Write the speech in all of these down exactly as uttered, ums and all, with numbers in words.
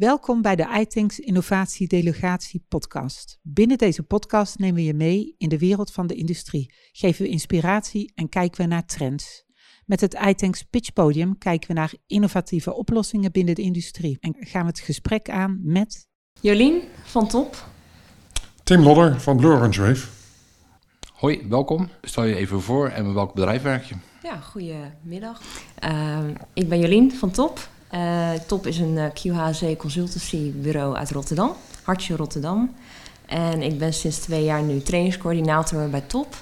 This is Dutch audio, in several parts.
Welkom bij de iThinks Innovatie Delegatie podcast. Binnen deze podcast nemen we je mee in de wereld van de industrie, geven we inspiratie en kijken we naar trends. Met het iThinks Pitch Podium kijken we naar innovatieve oplossingen binnen de industrie en gaan we het gesprek aan met Jolien van Top. Tim Lodder van Blue Orange Wave. Hoi, welkom. Stel je even voor en met welk bedrijf werk je? Ja, goedemiddag. Uh, ik ben Jolien van Top. Uh, Top is een uh, Q H C consultancy bureau uit Rotterdam, Hartje Rotterdam. En ik ben sinds twee jaar nu trainingscoördinator bij Top.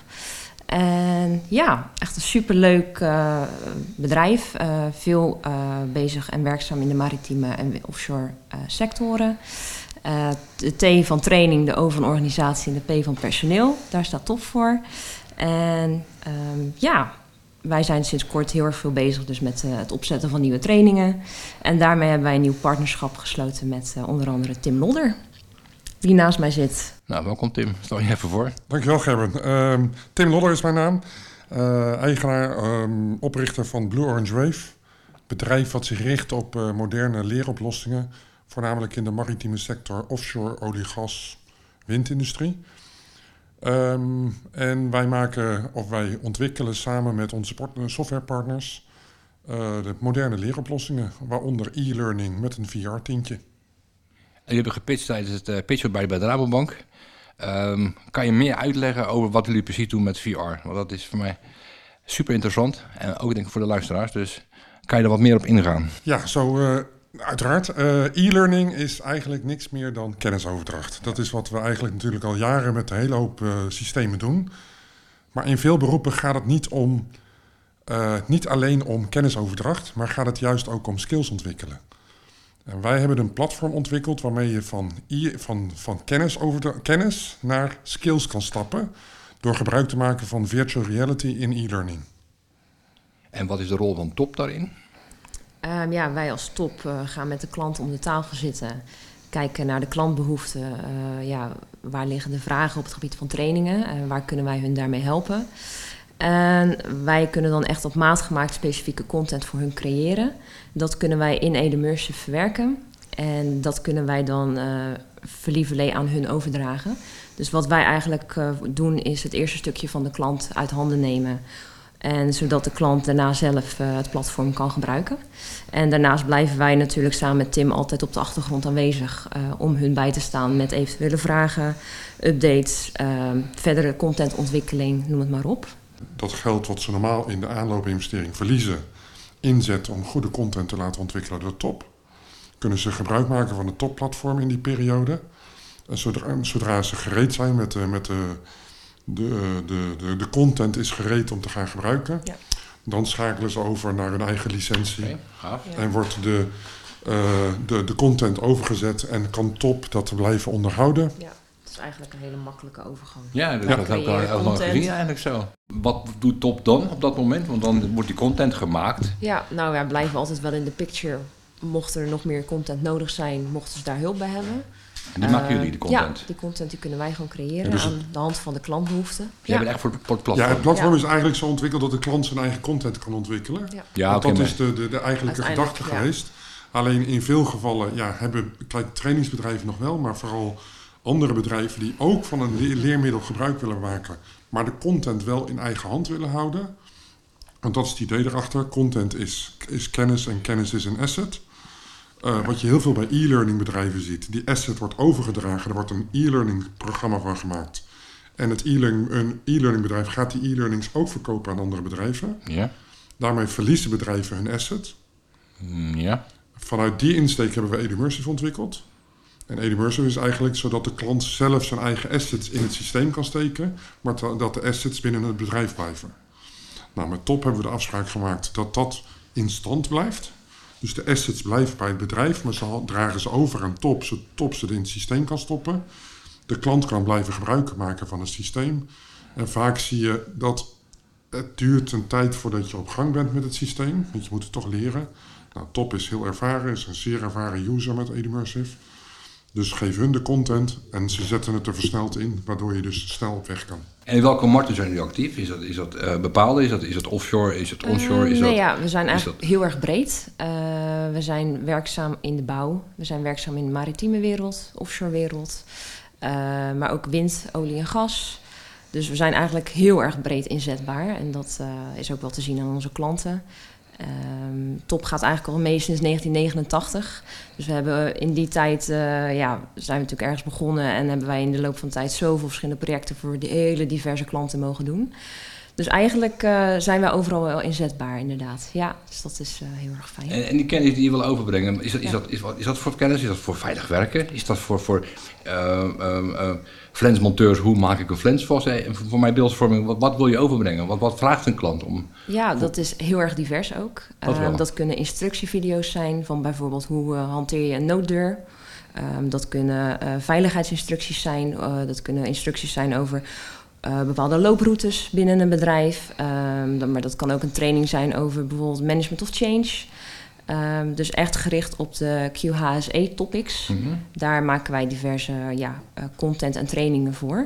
En ja, echt een superleuk uh, bedrijf. Uh, veel uh, bezig en werkzaam in de maritieme en offshore uh, sectoren. Uh, de T van training, de O van organisatie en de P van personeel. Daar staat Top voor. En um, ja... Wij zijn sinds kort heel erg veel bezig dus met uh, het opzetten van nieuwe trainingen. En daarmee hebben wij een nieuw partnerschap gesloten met uh, onder andere Tim Lodder, die naast mij zit. Nou, welkom Tim. Stel je even voor. Dankjewel Gerben. Uh, Tim Lodder is mijn naam. Uh, eigenaar, um, oprichter van Blue Orange Wave. Bedrijf wat zich richt op uh, moderne leeroplossingen. Voornamelijk in de maritieme sector, offshore, olie, gas, windindustrie. Um, en wij maken of wij ontwikkelen samen met onze softwarepartners uh, de moderne leeroplossingen, waaronder e-learning met een V R-tintje. En jullie hebben gepitcht tijdens het uh, pitch bij de Rabobank. Um, kan je meer uitleggen over wat jullie precies doen met V R? Want dat is voor mij super interessant en ook denk ik voor de luisteraars. Dus kan je er wat meer op ingaan? Ja, zo... Uh, Uiteraard. Uh, e-learning is eigenlijk niks meer dan kennisoverdracht. Dat is wat we eigenlijk natuurlijk al jaren met een hele hoop uh, systemen doen. Maar in veel beroepen gaat het niet, om, uh, niet alleen om kennisoverdracht, maar gaat het juist ook om skills ontwikkelen. En wij hebben een platform ontwikkeld waarmee je van, e- van, van kennis, overdra- kennis naar skills kan stappen door gebruik te maken van virtual reality in e-learning. En wat is de rol van Top daarin? Um, ja, wij als Top uh, gaan met de klant om de tafel zitten. Kijken naar de klantbehoeften. Uh, ja, waar liggen de vragen op het gebied van trainingen? En uh, waar kunnen wij hun daarmee helpen? En wij kunnen dan echt op maat gemaakt specifieke content voor hun creëren. Dat kunnen wij in Edimmersive verwerken. En dat kunnen wij dan uh, verlieverlee aan hun overdragen. Dus wat wij eigenlijk uh, doen is het eerste stukje van de klant uit handen nemen. En zodat de klant daarna zelf uh, het platform kan gebruiken. En daarnaast blijven wij natuurlijk samen met Tim altijd op de achtergrond aanwezig uh, om hun bij te staan met eventuele vragen, updates, uh, verdere contentontwikkeling, noem het maar op. Dat geld wat ze normaal in de aanloopinvestering verliezen, inzet om goede content te laten ontwikkelen door Top. Kunnen ze gebruik maken van het Top-platform in die periode. En zodra, zodra ze gereed zijn met de... Met de De, de, de, de content is gereed om te gaan gebruiken. Ja. Dan schakelen ze over naar hun eigen licentie. Okay, gaaf. Ja. En wordt de, uh, de, de content overgezet en kan Top dat te blijven onderhouden. Ja, het is eigenlijk een hele makkelijke overgang. Ja, dus ja. Dat heb ik al heel lang gezien eigenlijk zo. Wat doet Top dan op dat moment? Want dan wordt die content gemaakt. Ja, nou ja, blijven we altijd wel in de picture. Mocht er nog meer content nodig zijn, mochten ze daar hulp bij hebben. En die uh, maken jullie, de content? Ja, die content die kunnen wij gewoon creëren ja, dus aan de hand van de klantbehoeften. Jij ja. bent echt voor het platform? Ja, het platform ja. is eigenlijk zo ontwikkeld dat de klant zijn eigen content kan ontwikkelen. Ja. Ja, okay, dat is de, de, de eigenlijke gedachte ja. geweest. Alleen in veel gevallen ja, hebben kijk, trainingsbedrijven nog wel, maar vooral andere bedrijven die ook van een le- leermiddel gebruik willen maken, maar de content wel in eigen hand willen houden. Want dat is het idee erachter. Content is, is kennis en kennis is een asset. Uh, wat je heel veel bij e-learning bedrijven ziet. Die asset wordt overgedragen. Er wordt een e-learning programma van gemaakt. En het e-learning, een e-learning bedrijf gaat die e-learnings ook verkopen aan andere bedrijven. Ja. Daarmee verliezen bedrijven hun asset. Ja. Vanuit die insteek hebben we Edimmersive ontwikkeld. En Edimmersive is eigenlijk zodat de klant zelf zijn eigen assets in het systeem kan steken. Maar t- dat de assets binnen het bedrijf blijven. Nou, met Top hebben we de afspraak gemaakt dat dat in stand blijft. Dus de assets blijven bij het bedrijf, maar ze dragen ze over aan Top, zodat Top ze in het systeem kan stoppen. De klant kan blijven gebruik maken van het systeem. En vaak zie je dat het duurt een tijd voordat je op gang bent met het systeem, want je moet het toch leren. Nou, Top is heel ervaren, is een zeer ervaren user met Edimmersive. Dus geef hun de content en ze zetten het er versneld in, waardoor je dus snel op weg kan. En in welke markten zijn jullie actief? Is dat, is dat uh, bepaalde? Is dat, is dat offshore? Is het onshore? Is uh, nee, dat, ja, we zijn eigenlijk dat... heel erg breed. Uh, we zijn werkzaam in de bouw. We zijn werkzaam in de maritieme wereld, offshore wereld. Uh, maar ook wind, olie en gas. Dus we zijn eigenlijk heel erg breed inzetbaar. En dat uh, is ook wel te zien aan onze klanten. Um, Top gaat eigenlijk al mee sinds negentien negenentachtig. Dus we hebben in die tijd, uh, ja, zijn we natuurlijk ergens begonnen en hebben wij in de loop van de tijd zoveel verschillende projecten voor de hele diverse klanten mogen doen. Dus eigenlijk uh, zijn wij overal wel inzetbaar, inderdaad. Ja, dus dat is uh, heel erg fijn. En, en die kennis die je wil overbrengen, is dat, is, ja. dat, is, is dat voor kennis? Is dat voor veilig werken? Is dat voor, voor uh, uh, uh, flensmonteurs, hoe maak ik een flens vast? En voor, voor mijn beeldvorming, wat, wat wil je overbrengen? Wat, wat vraagt een klant om? Ja, dat is heel erg divers ook. Dat, uh, dat kunnen instructievideo's zijn van bijvoorbeeld hoe uh, hanteer je een nooddeur. Um, dat kunnen uh, veiligheidsinstructies zijn. Uh, dat kunnen instructies zijn over Uh, bepaalde looproutes binnen een bedrijf. Um, dan, maar dat kan ook een training zijn over bijvoorbeeld management of change. Um, dus echt gericht op de Q H S E-topics. Mm-hmm. Daar maken wij diverse ja, uh, content en trainingen voor.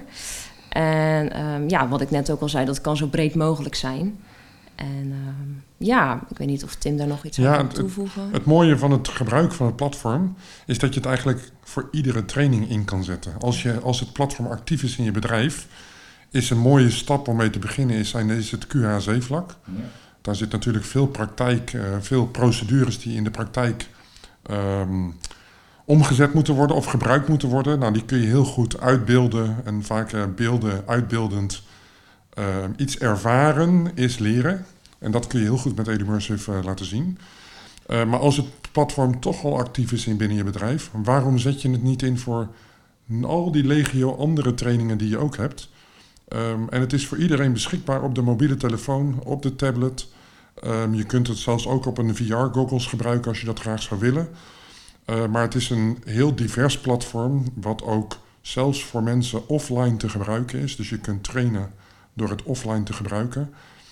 En um, ja, wat ik net ook al zei, dat kan zo breed mogelijk zijn. En um, ja, ik weet niet of Tim daar nog iets ja, aan kan toevoegen. Het, het mooie van het gebruik van het platform is dat je het eigenlijk voor iedere training in kan zetten. Als, je, als het platform actief is in je bedrijf, is een mooie stap om mee te beginnen is, zijn, is het Q H S E-vlak. Ja. Daar zit natuurlijk veel praktijk, uh, veel procedures die in de praktijk um, omgezet moeten worden of gebruikt moeten worden. Nou, die kun je heel goed uitbeelden en vaak uh, beelden, uitbeeldend uh, iets ervaren is leren. En dat kun je heel goed met Edimmersive uh, laten zien. Uh, maar als het platform toch al actief is in binnen je bedrijf, waarom zet je het niet in voor al die legio andere trainingen die je ook hebt? Um, en het is voor iedereen beschikbaar op de mobiele telefoon, op de tablet. Um, je kunt het zelfs ook op een V R-goggles gebruiken als je dat graag zou willen. Uh, maar het is een heel divers platform, wat ook zelfs voor mensen offline te gebruiken is. Dus je kunt trainen door het offline te gebruiken.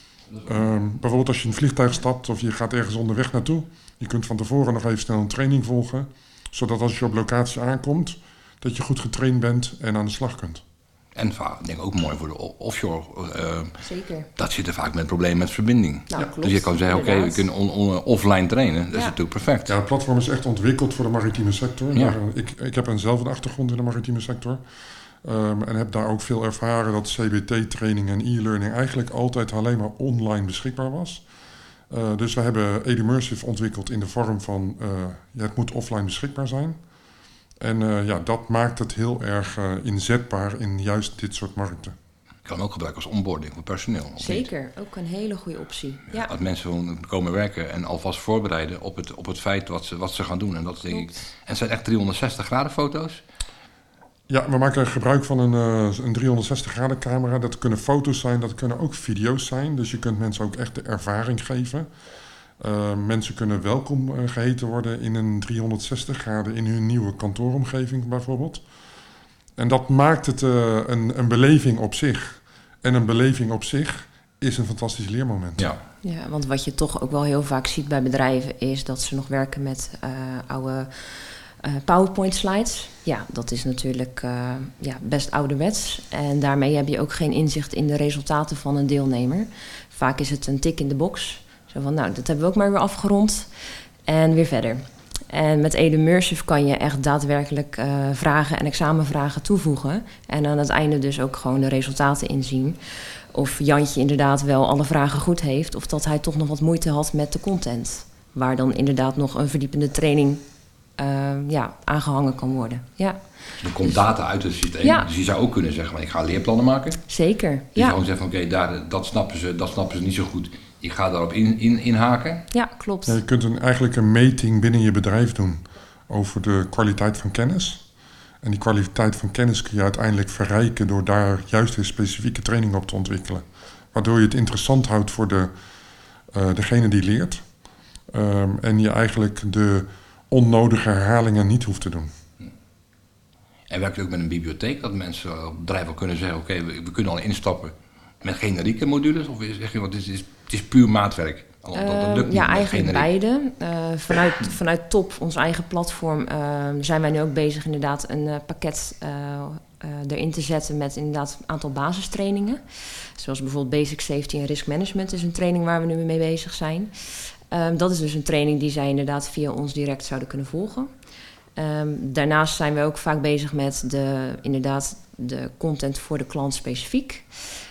Um, bijvoorbeeld als je in een vliegtuig stapt of je gaat ergens onderweg naartoe. Je kunt van tevoren nog even snel een training volgen. Zodat als je op locatie aankomt, dat je goed getraind bent en aan de slag kunt. En vaak, denk ik ook mooi voor de offshore. Uh, Zeker. Dat zit er vaak met problemen met verbinding. Nou, ja. Dus je kan zeggen, oké, okay, we kunnen on, on, offline trainen. Dat ja. is natuurlijk perfect. Ja, het platform is echt ontwikkeld voor de maritieme sector. Ja. Maar, uh, ik, ik heb een zelf een achtergrond in de maritieme sector. Um, en heb daar ook veel ervaren dat C B T-training en e-learning eigenlijk altijd alleen maar online beschikbaar was. Uh, dus we hebben Edimmersive ontwikkeld in de vorm van, uh, ja, het moet offline beschikbaar zijn. En uh, ja, dat maakt het heel erg uh, inzetbaar in juist dit soort markten. Je kan ook gebruiken als onboarding voor personeel. Zeker, niet? Ook een hele goede optie. Ja, ja. Als mensen komen werken en alvast voorbereiden op het, op het feit wat ze, wat ze gaan doen. En dat denk ik. En het zijn echt driehonderdzestig graden foto's? Ja, we maken gebruik van een, uh, een driehonderdzestig graden camera. Dat kunnen foto's zijn, dat kunnen ook video's zijn. Dus je kunt mensen ook echt de ervaring geven. Uh, mensen kunnen welkom uh, geheten worden in een driehonderdzestig graden in hun nieuwe kantooromgeving bijvoorbeeld. En dat maakt het uh, een, een beleving op zich. En een beleving op zich is een fantastisch leermoment. Ja. Ja, want wat je toch ook wel heel vaak ziet bij bedrijven is dat ze nog werken met uh, oude uh, PowerPoint slides. Ja, dat is natuurlijk uh, ja, best ouderwets. En daarmee heb je ook geen inzicht in de resultaten van een deelnemer. Vaak is het een tik in de box. Zo van, nou, dat hebben we ook maar weer afgerond en weer verder. En met Edimmersive kan je echt daadwerkelijk uh, vragen en examenvragen toevoegen. En aan het einde dus ook gewoon de resultaten inzien. Of Jantje inderdaad wel alle vragen goed heeft, of dat hij toch nog wat moeite had met de content. Waar dan inderdaad nog een verdiepende training uh, ja, aangehangen kan worden. Ja. Er komt data uit het systeem, ja. Dus je zou ook kunnen zeggen, maar ik ga leerplannen maken. Zeker, dus ja. Je gewoon zeggen van, oké, okay, dat snappen ze, dat snappen ze niet zo goed. Je gaat daarop in, in, inhaken. Ja, klopt. Ja, je kunt een, eigenlijk een meting binnen je bedrijf doen over de kwaliteit van kennis. En die kwaliteit van kennis kun je uiteindelijk verrijken door daar juist weer specifieke training op te ontwikkelen. Waardoor je het interessant houdt voor de, uh, degene die leert. Um, en je eigenlijk de onnodige herhalingen niet hoeft te doen. En werkt het ook met een bibliotheek, dat mensen op bedrijven al kunnen zeggen, oké, okay, we, we kunnen al instappen met generieke modules? Of zeg je, want het is, het is puur maatwerk? Dat, dat lukt niet ja, eigenlijk generiek. beide. Uh, vanuit, vanuit Top, ons eigen platform, uh, zijn wij nu ook bezig inderdaad een uh, pakket uh, uh, erin te zetten met inderdaad een aantal basistrainingen. Zoals bijvoorbeeld Basic Safety en Risk Management is een training waar we nu mee bezig zijn. Um, dat is dus een training die zij inderdaad via ons direct zouden kunnen volgen. Um, daarnaast zijn we ook vaak bezig met de, inderdaad de content voor de klant specifiek.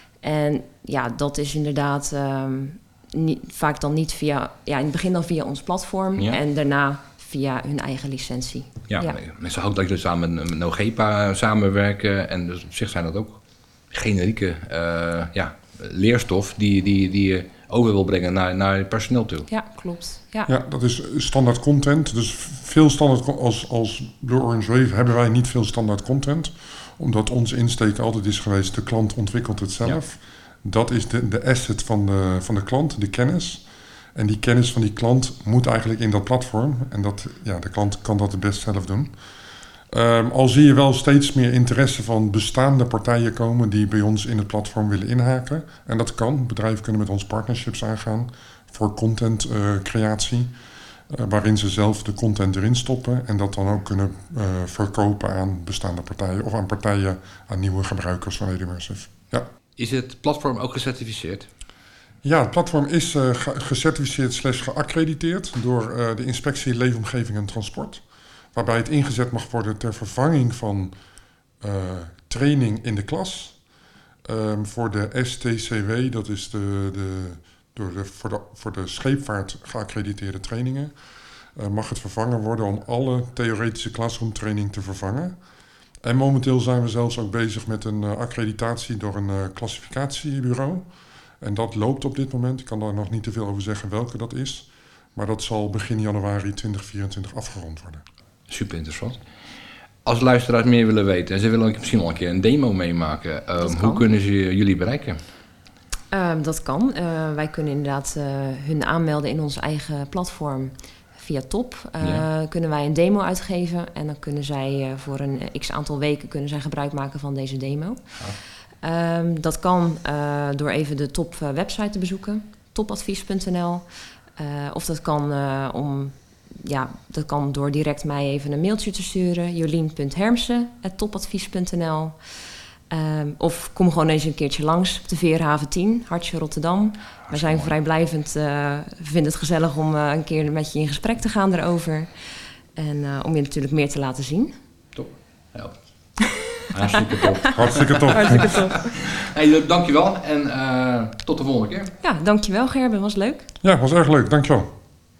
En ja, dat is inderdaad um, niet, vaak dan niet via, ja, in het begin dan via ons platform ja. en daarna via hun eigen licentie. Ja, ja. Mensen houden dat jullie samen met NoGePa samenwerken en dus op zich zijn dat ook generieke uh, ja, leerstof die, die, die je over wil brengen naar, naar het personeel toe. Ja, klopt. Ja. ja, dat is standaard content. Dus veel standaard als, als Blue Orange Wave hebben wij niet veel standaard content. Omdat onze insteek altijd is geweest, de klant ontwikkelt het zelf. Ja. Dat is de, de asset van de, van de klant, de kennis. En die kennis van die klant moet eigenlijk in dat platform. En dat, ja, de klant kan dat het best zelf doen. Um, al zie je wel steeds meer interesse van bestaande partijen komen die bij ons in het platform willen inhaken. En dat kan. Bedrijven kunnen met ons partnerships aangaan voor contentcreatie. Uh, uh, waarin ze zelf de content erin stoppen en dat dan ook kunnen uh, verkopen aan bestaande partijen of aan partijen, aan nieuwe gebruikers van Edimmersive. Ja. Is het platform ook gecertificeerd? Ja, het platform is uh, gecertificeerd slash geaccrediteerd door uh, de Inspectie Leefomgeving en Transport. Waarbij het ingezet mag worden ter vervanging van uh, training in de klas. Um, voor de S T C W, dat is de, de, door de, voor, de, voor de scheepvaart geaccrediteerde trainingen, uh, mag het vervangen worden om alle theoretische classroomtraining te vervangen. En momenteel zijn we zelfs ook bezig met een uh, accreditatie door een uh, klassificatiebureau. En dat loopt op dit moment. Ik kan daar nog niet te veel over zeggen welke dat is. Maar dat zal begin januari twintig vierentwintig afgerond worden. Super interessant. Als luisteraars meer willen weten en ze willen misschien wel een keer een demo meemaken, um, hoe kunnen ze jullie bereiken? Uh, dat kan. Uh, wij kunnen inderdaad uh, hun aanmelden in ons eigen platform via Top. Uh, ja. Kunnen wij een demo uitgeven en dan kunnen zij uh, voor een x aantal weken kunnen zij gebruik maken van deze demo. Ja. Um, dat kan uh, door even de Top uh, website te bezoeken, topadvies punt n l. Uh, of dat kan uh, om Ja, dat kan door direct mij even een mailtje te sturen. jolien punt hermsen apenstaartje topadvies punt n l. Um, of kom gewoon eens een keertje langs op de Veerhaven tien, Hartje Rotterdam. We zijn vrijblijvend, uh, vinden het gezellig om uh, een keer met je in gesprek te gaan erover. En uh, om je natuurlijk meer te laten zien. Top. Ja. Hartstikke top. Hartstikke top. Hartstikke top. Hey, dankjewel en uh, tot de volgende keer. Ja, dankjewel Gerben, was leuk. Ja, was erg leuk. Dankjewel.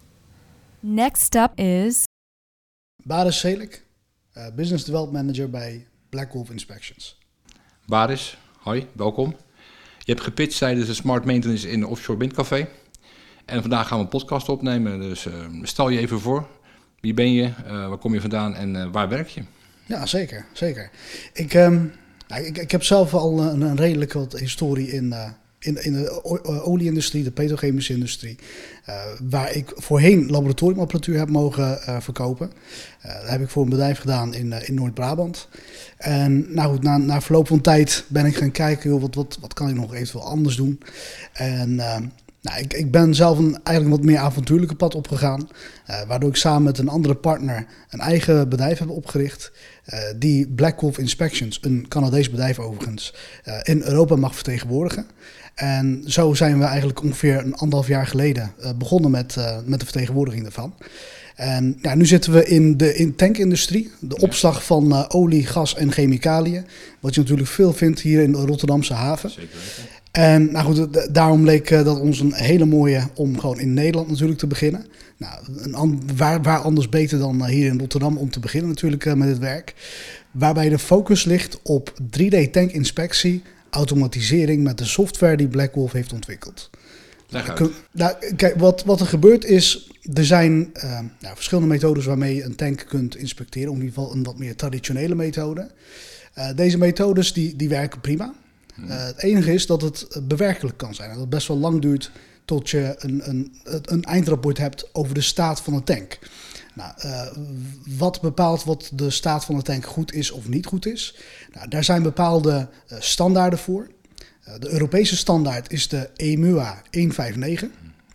Next up is Baris Selik, uh, Business Development Manager bij Black Wolf Inspections. Baris, hoi, welkom. Je hebt gepitcht tijdens de Smart Maintenance in de Offshore Windcafé. En vandaag gaan we een podcast opnemen, dus uh, stel je even voor. Wie ben je, uh, waar kom je vandaan en uh, waar werk je? Ja, zeker, zeker. Ik, um, nou, ik, ik heb zelf al een, een redelijk wat historie in... Uh, In, in de olieindustrie, de petrochemische industrie, uh, waar ik voorheen laboratoriumapparatuur heb mogen uh, verkopen. Uh, dat heb ik voor een bedrijf gedaan in, uh, in Noord-Brabant. En nou goed, na, na verloop van tijd ben ik gaan kijken, joh, wat, wat, wat kan ik nog eventueel anders doen. En uh, nou, ik, ik ben zelf een eigenlijk wat meer avontuurlijke pad opgegaan, uh, waardoor ik samen met een andere partner een eigen bedrijf heb opgericht, uh, die Black Wolf Inspections, een Canadees bedrijf overigens, uh, in Europa mag vertegenwoordigen. En zo zijn we eigenlijk ongeveer een anderhalf jaar geleden uh, begonnen met, uh, met de vertegenwoordiging daarvan. En ja, nu zitten we in de in tankindustrie, de opslag van uh, olie, gas en chemicaliën. Wat je natuurlijk veel vindt hier in de Rotterdamse haven. Zeker weten. En nou goed, d- daarom leek uh, dat ons een hele mooie om gewoon in Nederland natuurlijk te beginnen. Nou, een an- waar, waar anders beter dan uh, hier in Rotterdam om te beginnen natuurlijk uh, met dit werk. Waarbij de focus ligt op drie D tankinspectie, automatisering met de software die Black Wolf heeft ontwikkeld. Nou, nou, kijk, wat, wat er gebeurt is, er zijn uh, nou, verschillende methodes waarmee je een tank kunt inspecteren. In ieder geval een wat meer traditionele methode. Uh, deze methodes die, die werken prima. Uh, het enige is dat het bewerkelijk kan zijn. Dat het best wel lang duurt tot je een, een, een eindrapport hebt over de staat van de tank. Nou, uh, wat bepaalt wat de staat van de tank goed is of niet goed is? Nou, daar zijn bepaalde uh, standaarden voor. Uh, de Europese standaard is de E M U A honderdnegenenvijftig.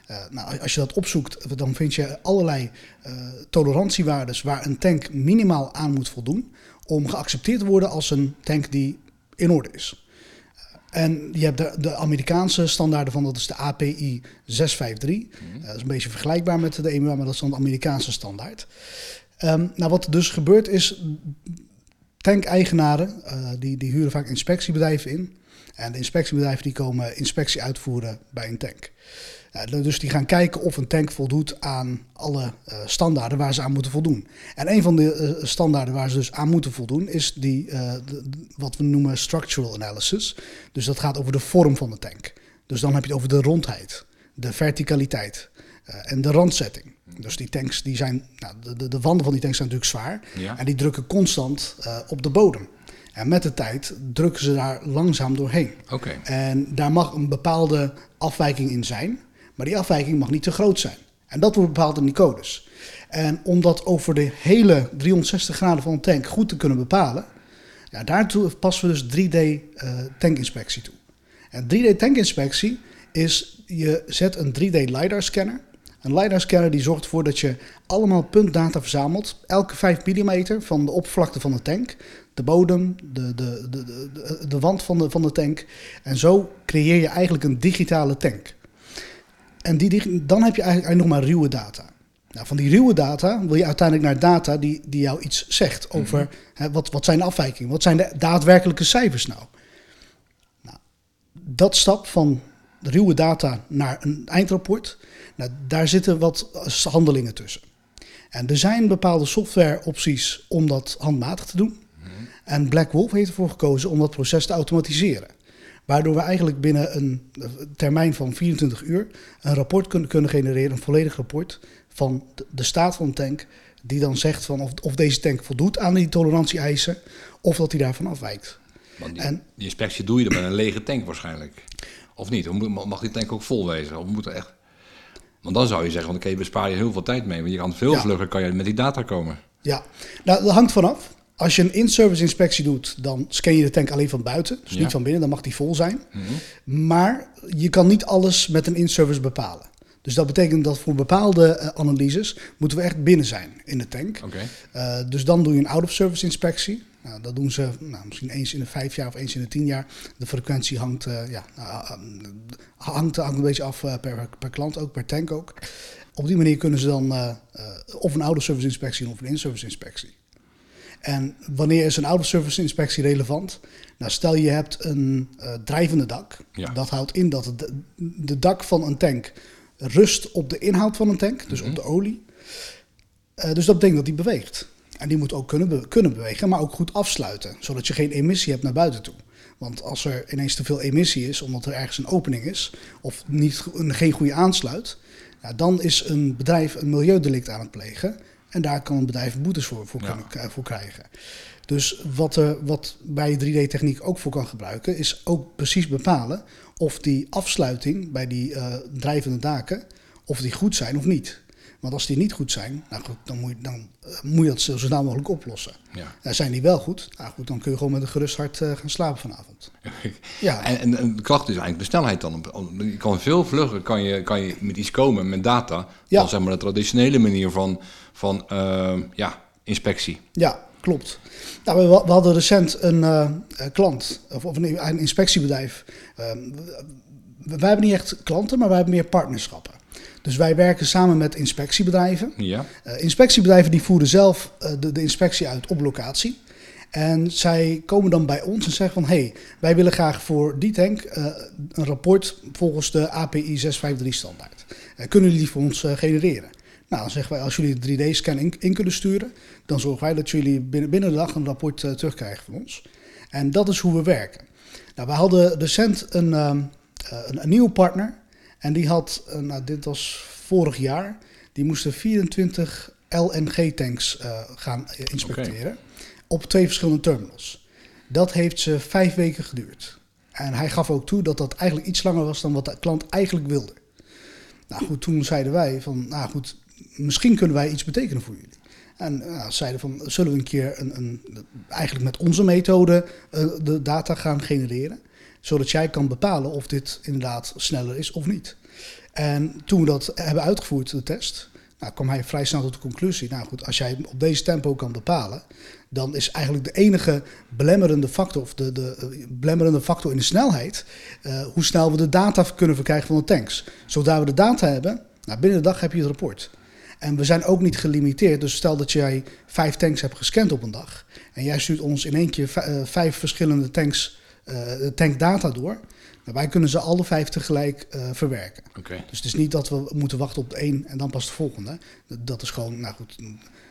Uh, nou, als je dat opzoekt, dan vind je allerlei uh, tolerantiewaardes waar een tank minimaal aan moet voldoen om geaccepteerd te worden als een tank die in orde is. En je hebt de, de Amerikaanse standaarden van, dat is de A P I zes vijf drie. Mm. Uh, dat is een beetje vergelijkbaar met de E M U A, maar dat is dan de Amerikaanse standaard. Um, nou, wat er dus gebeurt is, tankeigenaren, uh, die, die huren vaak inspectiebedrijven in. En de inspectiebedrijven die komen inspectie uitvoeren bij een tank. Uh, dus die gaan kijken of een tank voldoet aan alle uh, standaarden waar ze aan moeten voldoen. En een van de uh, standaarden waar ze dus aan moeten voldoen is die, uh, de, de, wat we noemen structural analysis. Dus dat gaat over de vorm van de tank. Dus dan heb je het over de rondheid, de verticaliteit uh, en de randzetting. Dus die tanks, die zijn, nou, de, de, de wanden van die tanks zijn natuurlijk zwaar. Ja. En die drukken constant uh, op de bodem. En met de tijd drukken ze daar langzaam doorheen. Okay. En daar mag een bepaalde afwijking in zijn. Maar die afwijking mag niet te groot zijn. En dat wordt bepaald in die codes. En om dat over de hele driehonderdzestig graden van een tank goed te kunnen bepalen, ja, daartoe passen we dus drie D uh, tankinspectie toe. En drie D tankinspectie is, je zet een drie D LiDAR scanner. Een LiDAR scanner die zorgt ervoor dat je allemaal puntdata verzamelt. Elke vijf millimeter van de oppervlakte van de tank. De bodem, de, de, de, de, de wand van de, van de tank. En zo creëer je eigenlijk een digitale tank. En die, dan heb je eigenlijk nog maar ruwe data. Nou, van die ruwe data wil je uiteindelijk naar data die, die jou iets zegt over mm-hmm. hè, wat, wat zijn de afwijkingen, wat zijn de daadwerkelijke cijfers nou. nou dat stap van ruwe data naar een eindrapport, nou, daar zitten wat handelingen tussen. En er zijn bepaalde softwareopties om dat handmatig te doen. Mm-hmm. En Black Wolf heeft ervoor gekozen om dat proces te automatiseren. Waardoor we eigenlijk binnen een termijn van vierentwintig uur een rapport kunnen, kunnen genereren, een volledig rapport van de staat van de tank, die dan zegt van of, of deze tank voldoet aan die tolerantie-eisen of dat hij daarvan afwijkt. Want die, en, die inspectie doe je dan met een lege tank waarschijnlijk. Of niet? Of mag die tank ook vol wezen? Of moet er echt... Want dan zou je zeggen, want dan bespaar je heel veel tijd mee. Want je kan veel ja. vlugger kan je met die data komen. Ja, nou, dat hangt vanaf. Als je een in-service inspectie doet, dan scan je de tank alleen van buiten. Dus ja. niet van binnen, dan mag die vol zijn. Mm-hmm. Maar je kan niet alles met een in-service bepalen. Dus dat betekent dat voor bepaalde uh, analyses moeten we echt binnen zijn in de tank. Okay. Uh, dus dan doe je een out-of-service inspectie. Nou, dat doen ze nou, misschien eens in de vijf jaar of eens in de tien jaar. De frequentie hangt, uh, ja, uh, hangt, hangt een beetje af uh, per, per klant ook, per tank ook. Op die manier kunnen ze dan uh, uh, of een out-of-service inspectie doen of een in-service inspectie. En wanneer is een out-of-service inspectie relevant? Nou, stel je hebt een uh, drijvende dak. Ja. Dat houdt in dat het de, de dak van een tank rust op de inhoud van een tank, dus mm-hmm. op de olie. Uh, dus dat betekent dat die beweegt. En die moet ook kunnen, be- kunnen bewegen, maar ook goed afsluiten, zodat je geen emissie hebt naar buiten toe. Want als er ineens te veel emissie is, omdat er ergens een opening is, of niet, geen goede aansluit, nou, dan is een bedrijf een milieudelict aan het plegen. En daar kan een bedrijf boetes voor, voor, ja. kunnen, voor krijgen. Dus wat, er, wat bij drie D techniek ook voor kan gebruiken, is ook precies bepalen of die afsluiting bij die uh, drijvende daken, of die goed zijn of niet. Want als die niet goed zijn, nou goed, dan, moet je, dan uh, moet je dat zo snel mogelijk oplossen. Ja. Uh, zijn die wel goed, nou goed, dan kun je gewoon met een gerust hart uh, gaan slapen vanavond. Ja. En, en, en de klacht is eigenlijk de snelheid dan. Je kan veel vlugger kan je, kan je met iets komen met data, ja. dan zeg maar de traditionele manier van, van uh, ja, inspectie. Ja, klopt. Nou, we, we hadden recent een uh, klant, of, of een, een inspectiebedrijf. Uh, wij hebben niet echt klanten, maar wij hebben meer partnerschappen. Dus wij werken samen met inspectiebedrijven. Ja. Uh, inspectiebedrijven die voeren zelf uh, de, de inspectie uit op locatie. En zij komen dan bij ons en zeggen van, hé, hey, wij willen graag voor die tank uh, een rapport volgens de A P I zes vijf drie standaard. Uh, kunnen jullie die voor ons uh, genereren? Nou, dan zeggen wij, als jullie de drie D-scan in, in kunnen sturen, dan zorgen wij dat jullie binnen, binnen de dag een rapport uh, terugkrijgen van ons. En dat is hoe we werken. Nou, we hadden recent een, uh, een, een nieuwe partner. En die had, uh, nou, dit was vorig jaar, die moesten vierentwintig L N G-tanks uh, gaan inspecteren. Okay. Op twee verschillende terminals. Dat heeft ze vijf weken geduurd. En hij gaf ook toe dat dat eigenlijk iets langer was dan wat de klant eigenlijk wilde. Nou goed, toen zeiden wij van, nou goed, misschien kunnen wij iets betekenen voor jullie. En nou, zeiden van, zullen we een keer een, een, eigenlijk met onze methode uh, de data gaan genereren, zodat jij kan bepalen of dit inderdaad sneller is of niet. En toen we dat hebben uitgevoerd, de test, nou, kwam hij vrij snel tot de conclusie. Nou goed, als jij op deze tempo kan bepalen, dan is eigenlijk de enige belemmerende factor, of de, de belemmerende factor in de snelheid, uh, hoe snel we de data kunnen verkrijgen van de tanks. Zodra we de data hebben, nou, binnen de dag heb je het rapport. En we zijn ook niet gelimiteerd. Dus stel dat jij vijf tanks hebt gescand op een dag. En jij stuurt ons in één keer v- uh, vijf verschillende tanks, uh, tankdata door. Nou, wij kunnen ze alle vijf tegelijk uh, verwerken. Okay. Dus het is niet dat we moeten wachten op de één en dan pas de volgende. Dat is gewoon, nou goed,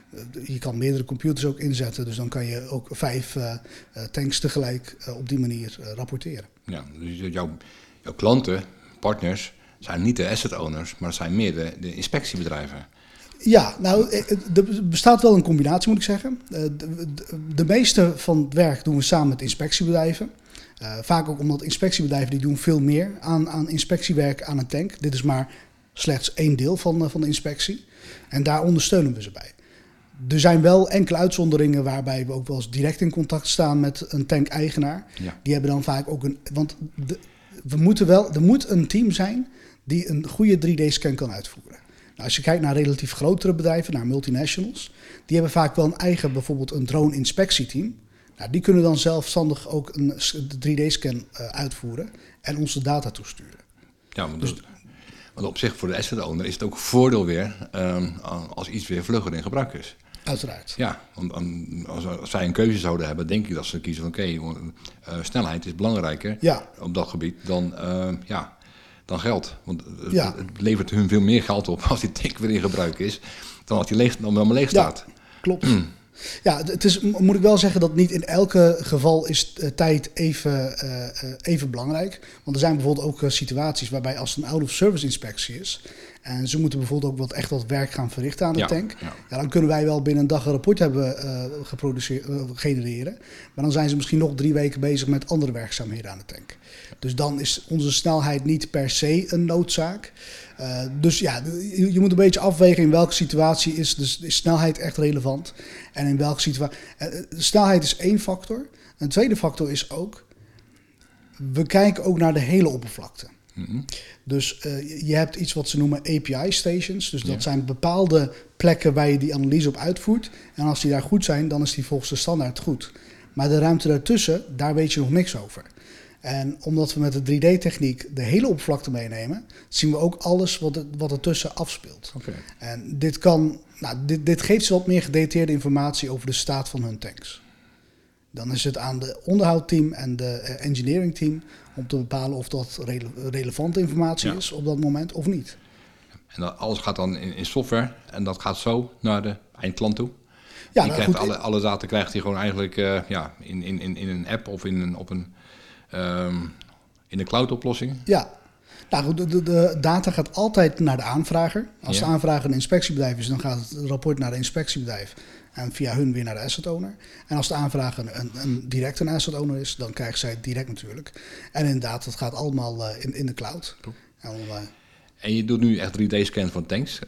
je kan meerdere computers ook inzetten. Dus dan kan je ook vijf uh, tanks tegelijk uh, op die manier uh, rapporteren. Ja, dus jouw, jouw klanten, partners, zijn niet de asset owners, maar zijn meer de, de inspectiebedrijven. Ja, nou, er bestaat wel een combinatie, moet ik zeggen. De, de, de meeste van het werk doen we samen met inspectiebedrijven. Uh, vaak ook omdat inspectiebedrijven die doen veel meer aan, aan inspectiewerk aan een tank. Dit is maar slechts één deel van, van de inspectie. En daar ondersteunen we ze bij. Er zijn wel enkele uitzonderingen waarbij we ook wel eens direct in contact staan met een tankeigenaar. Ja. Die hebben dan vaak ook een... Want de, we moeten wel, er moet een team zijn die een goede drie D-scan kan uitvoeren. Nou, als je kijkt naar relatief grotere bedrijven, naar multinationals, die hebben vaak wel een eigen, bijvoorbeeld een drone-inspectieteam. Nou, die kunnen dan zelfstandig ook een drie D-scan uh, uitvoeren en onze data toesturen. Ja, want, dus, dat, want op zich voor de asset owner is het ook een voordeel weer um, als iets weer vlugger in gebruik is. Uiteraard. Ja, want als, als zij een keuze zouden hebben, denk ik dat ze kiezen van oké, okay, uh, snelheid is belangrijker ja. op dat gebied dan, uh, ja, dan geld. Want ja. het, het levert hun veel meer geld op als die tank weer in gebruik is, dan als die leeg, dan helemaal leeg staat. Ja, klopt. Mm. Ja, het is, moet ik wel zeggen dat niet in elke geval is uh, tijd even, uh, even belangrijk. Want er zijn bijvoorbeeld ook uh, situaties waarbij als het een out-of-service inspectie is en ze moeten bijvoorbeeld ook wat, echt wat werk gaan verrichten aan de ja, tank. Ja. Ja, dan kunnen wij wel binnen een dag een rapport hebben uh, geproduceerd, uh, genereren. Maar dan zijn ze misschien nog drie weken bezig met andere werkzaamheden aan de tank. Dus dan is onze snelheid niet per se een noodzaak. Uh, dus ja, je, je moet een beetje afwegen in welke situatie is de, is snelheid echt relevant. En in welke situatie... Uh, snelheid is één factor. Een tweede factor is ook, we kijken ook naar de hele oppervlakte. Mm-hmm. Dus uh, je hebt iets wat ze noemen A P I-stations. Dus dat ja. zijn bepaalde plekken waar je die analyse op uitvoert. En als die daar goed zijn, dan is die volgens de standaard goed. Maar de ruimte daartussen, daar weet je nog niks over. En omdat we met de drie D-techniek de hele oppervlakte meenemen, zien we ook alles wat, het, wat ertussen afspeelt. Okay. En dit, kan, nou, dit, dit geeft ze wat meer gedetailleerde informatie over de staat van hun tanks. Dan is het aan de onderhoudteam en de engineering team om te bepalen of dat rele, relevante informatie ja. is op dat moment of niet. En dat alles gaat dan in, in software en dat gaat zo naar de eindklant toe? Ja, die nou, krijgt goed, alle, alle data krijgt hij gewoon eigenlijk uh, ja, in, in, in een app of in een, op een, um, in een cloud-oplossing? Ja, nou, de, de, de data gaat altijd naar de aanvrager. Als ja. de aanvrager een inspectiebedrijf is, dan gaat het rapport naar de inspectiebedrijf en via hun weer naar de asset owner. En als de aanvrager een, een, direct een asset owner is, dan krijgt zij het direct natuurlijk. En inderdaad, dat gaat allemaal uh, in, in de cloud. En, uh, en je doet nu echt drie D-scan van tanks.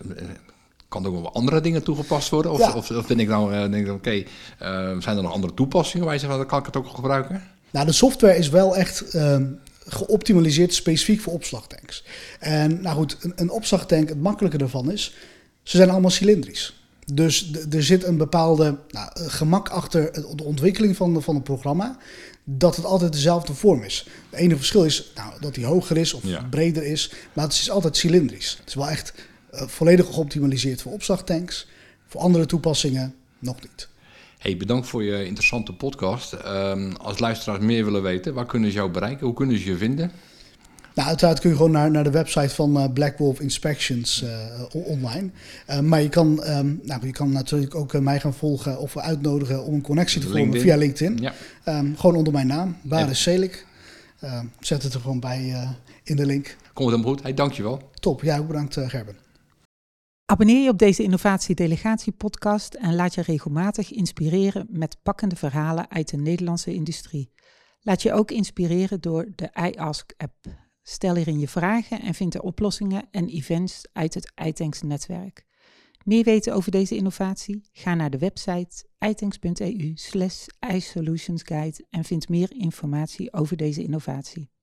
Kan er ook wel andere dingen toegepast worden? Of, ja. of, of ben ik nou, uh, denk ik, oké, okay, uh, zijn er nog andere toepassingen waar je zegt, dan kan ik het ook gebruiken? Nou, de software is wel echt um, geoptimaliseerd specifiek voor opslagtanks. En nou goed, een, een opslagtank, het makkelijke daarvan is, ze zijn allemaal cilindrisch. Dus d- er zit een bepaalde nou, gemak achter de ontwikkeling van, van het programma, dat het altijd dezelfde vorm is. Het enige verschil is nou, dat hij hoger is of ja. breder is, maar het is altijd cilindrisch. Het is wel echt uh, volledig geoptimaliseerd voor opslagtanks. Voor andere toepassingen nog niet. Hey, bedankt voor je interessante podcast. Um, als luisteraars meer willen weten, waar kunnen ze jou bereiken? Hoe kunnen ze je vinden? Nou, uiteraard kun je gewoon naar, naar de website van uh, Black Wolf Inspections uh, online. Uh, maar je kan, um, nou, je kan natuurlijk ook uh, mij gaan volgen of uitnodigen om een connectie te vormen LinkedIn. via LinkedIn. Ja. Um, gewoon onder mijn naam, Baris ja. Selik. Uh, zet het er gewoon bij uh, in de link. Komt het hem goed? Hey, dankjewel. Top, jij ook bedankt uh, Gerben. Abonneer je op deze Innovatie Delegatie podcast en laat je regelmatig inspireren met pakkende verhalen uit de Nederlandse industrie. Laat je ook inspireren door de iAsk-app. Stel hierin je vragen en vind de oplossingen en events uit het iTanks-netwerk. Meer weten over deze innovatie? Ga naar de website itanks.eu slash iSolutionsguide en vind meer informatie over deze innovatie.